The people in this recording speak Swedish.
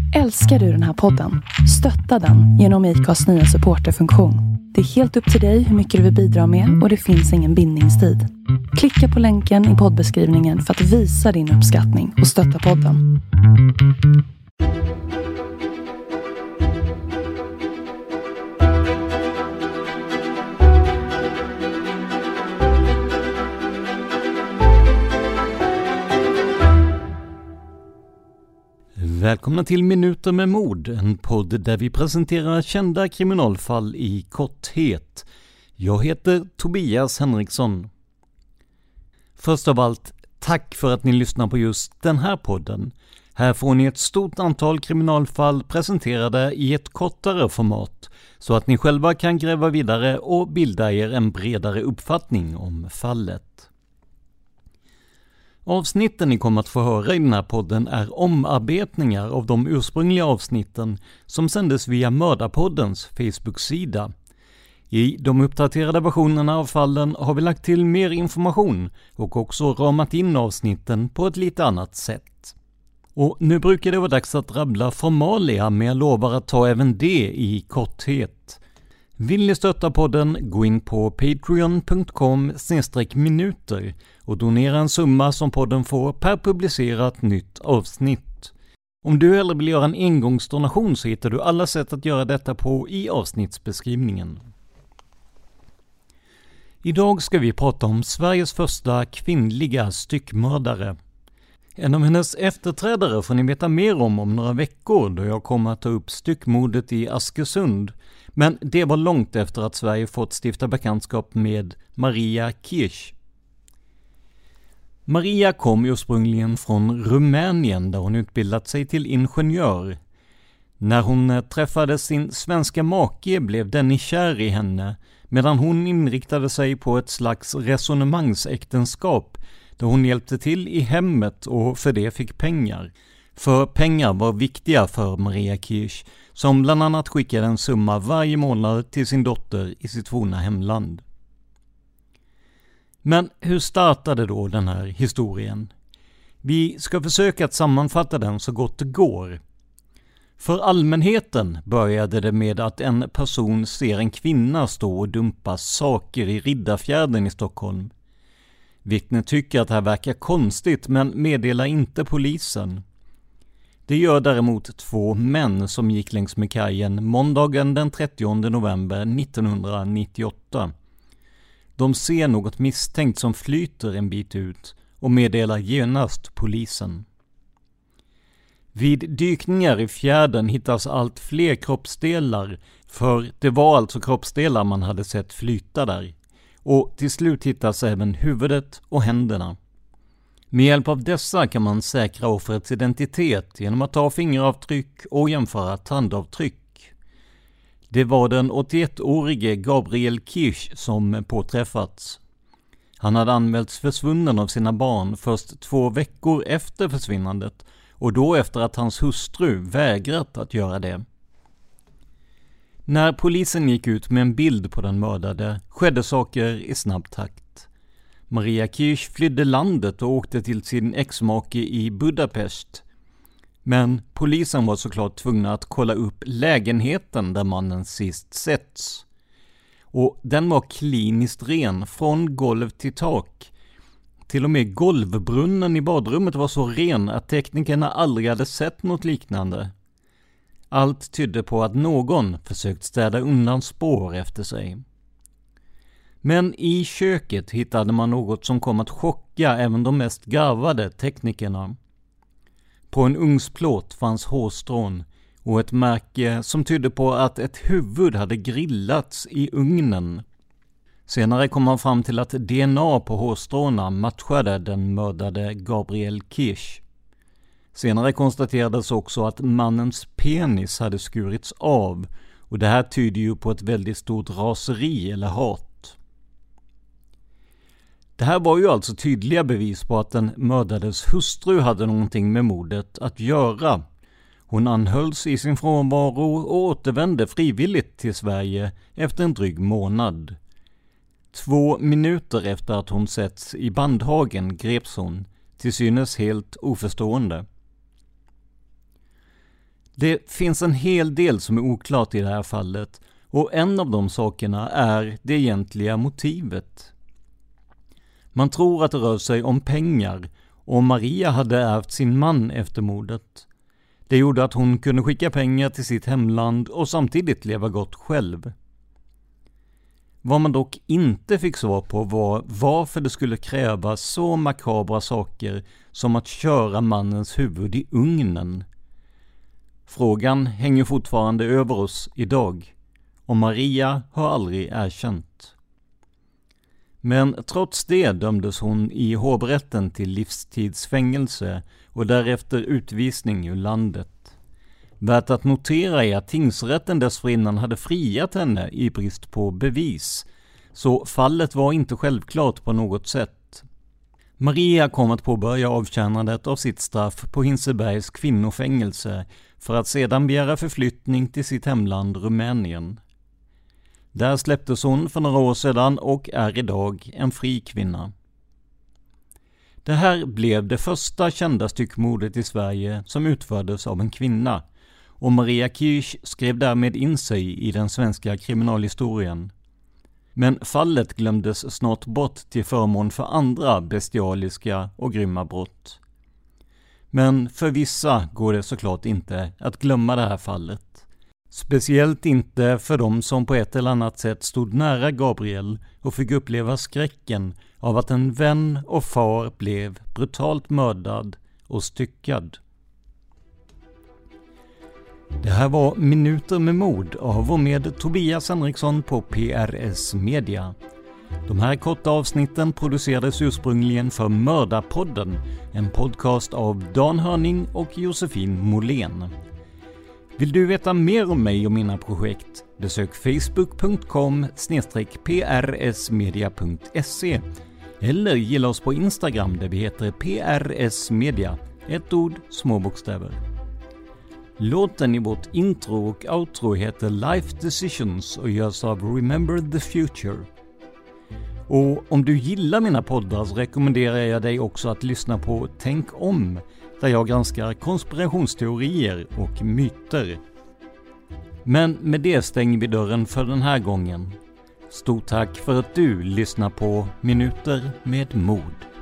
Älskar du den här podden? Stötta den genom IKAs nya supporterfunktion. Det är helt upp till dig hur mycket du vill bidra med och det finns ingen bindningstid. Klicka på länken i poddbeskrivningen för att visa din uppskattning och stötta podden. Välkomna till Minuter med mord, en podd där vi presenterar kända kriminalfall i korthet. Jag heter Tobias Henriksson. Först av allt, tack för att ni lyssnar på just den här podden. Här får ni ett stort antal kriminalfall presenterade i ett kortare format, så att ni själva kan gräva vidare och bilda er en bredare uppfattning om fallet. Avsnitten ni kommer att få höra i den här podden är omarbetningar av de ursprungliga avsnitten som sändes via Mördarpoddens Facebook-sida. I de uppdaterade versionerna av fallen har vi lagt till mer information och också ramat in avsnitten på ett lite annat sätt. Och nu brukar det vara dags att rabbla formalia, men jag lovar att ta även det i korthet. Vill ni stötta podden, gå in på patreon.com/minuter och donera en summa som podden får per publicerat nytt avsnitt. Om du hellre vill göra en engångsdonation så hittar du alla sätt att göra detta på i avsnittsbeskrivningen. Idag ska vi prata om Sveriges första kvinnliga styckmördare. En av hennes efterträdare får ni veta mer om några veckor, då jag kommer att ta upp styckmordet i Askersund. Men det var långt efter att Sverige fått stifta bekantskap med Maria Kirsch. Maria kom ursprungligen från Rumänien där hon utbildat sig till ingenjör. När hon träffade sin svenska make blev denne kär i henne, medan hon inriktade sig på ett slags resonemangsäktenskap där hon hjälpte till i hemmet och för det fick pengar. För pengar var viktiga för Maria Kirsch, som bland annat skickade en summa varje månad till sin dotter i sitt forna hemland. Men hur startade då den här historien? Vi ska försöka att sammanfatta den så gott det går. För allmänheten började det med att en person ser en kvinna stå och dumpa saker i Riddarfjärden i Stockholm. Vittnet tycker att det här verkar konstigt men meddelar inte polisen. Det gör däremot två män som gick längs med kajen måndagen den 30 november 1998. De ser något misstänkt som flyter en bit ut och meddelar genast polisen. Vid dykningar i fjärden hittas allt fler kroppsdelar, för det var alltså kroppsdelar man hade sett flyta där. Och till slut hittas även huvudet och händerna. Med hjälp av dessa kan man säkra offrets identitet genom att ta fingeravtryck och jämföra tandavtryck. Det var den 81-årige Gabriel Kirsch som påträffats. Han hade anmälts försvunnen av sina barn först 2 veckor efter försvinnandet, och då efter att hans hustru vägrat att göra det. När polisen gick ut med en bild på den mördade skedde saker i snabb takt. Maria Kirsch flydde landet och åkte till sin exmake i Budapest. Men polisen var såklart tvungna att kolla upp lägenheten där mannen sist setts. Och den var kliniskt ren från golv till tak. Till och med golvbrunnen i badrummet var så ren att teknikerna aldrig hade sett något liknande. Allt tydde på att någon försökt städa undan spår efter sig. Men i köket hittade man något som kom att chocka även de mest garvade teknikerna. På en ugnsplåt fanns hårstrån och ett märke som tydde på att ett huvud hade grillats i ugnen. Senare kom man fram till att DNA på hårstråna matchade den mördade Gabriel Kirsch. Senare konstaterades också att mannens penis hade skurits av, och det här tyder ju på ett väldigt stort raseri eller hat. Det här var ju alltså tydliga bevis på att den mördades hustru hade någonting med mordet att göra. Hon anhölls i sin frånvaro och återvände frivilligt till Sverige efter en dryg månad. 2 minuter efter att hon setts i Bandhagen greps hon, till synes helt oförstående. Det finns en hel del som är oklart i det här fallet, och en av de sakerna är det egentliga motivet. Man tror att det rör sig om pengar, och Maria hade ärvt sin man efter mordet. Det gjorde att hon kunde skicka pengar till sitt hemland och samtidigt leva gott själv. Vad man dock inte fick svar på var varför det skulle krävas så makabra saker som att köra mannens huvud i ugnen. Frågan hänger fortfarande över oss idag, och Maria har aldrig erkänt. Men trots det dömdes hon i hovrätten till livstidsfängelse och därefter utvisning ur landet. Värt att notera är att tingsrätten dessförinnan hade friat henne i brist på bevis, så fallet var inte självklart på något sätt. Maria kom att påbörja avtjänandet av sitt straff på Hinsebergs kvinnofängelse för att sedan begära förflyttning till sitt hemland Rumänien. Där släpptes hon för några år sedan och är idag en fri kvinna. Det här blev det första kända styckmordet i Sverige som utfördes av en kvinna, och Maria Kirch skrev därmed in sig i den svenska kriminalhistorien. Men fallet glömdes snart bort till förmån för andra bestialiska och grymma brott. Men för vissa går det såklart inte att glömma det här fallet. Speciellt inte för dem som på ett eller annat sätt stod nära Gabriel och fick uppleva skräcken av att en vän och far blev brutalt mördad och styckad. Det här var Minuter med mord av och med Tobias Henriksson på PRS Media. De här korta avsnitten producerades ursprungligen för Mördarpodden, en podcast av Dan Hörning och Josefin Molén. Vill du veta mer om mig och mina projekt? Besök facebook.com/prsmedia.se eller gilla oss på Instagram där vi heter PRS Media, ett ord, små bokstäver. Låten i vårt intro och outro heter Life Decisions och görs av Remember the Future. Och om du gillar mina poddar så rekommenderar jag dig också att lyssna på Tänk om, där jag granskar konspirationsteorier och myter. Men med det stänger vi dörren för den här gången. Stort tack för att du lyssnar på Minuter med mord.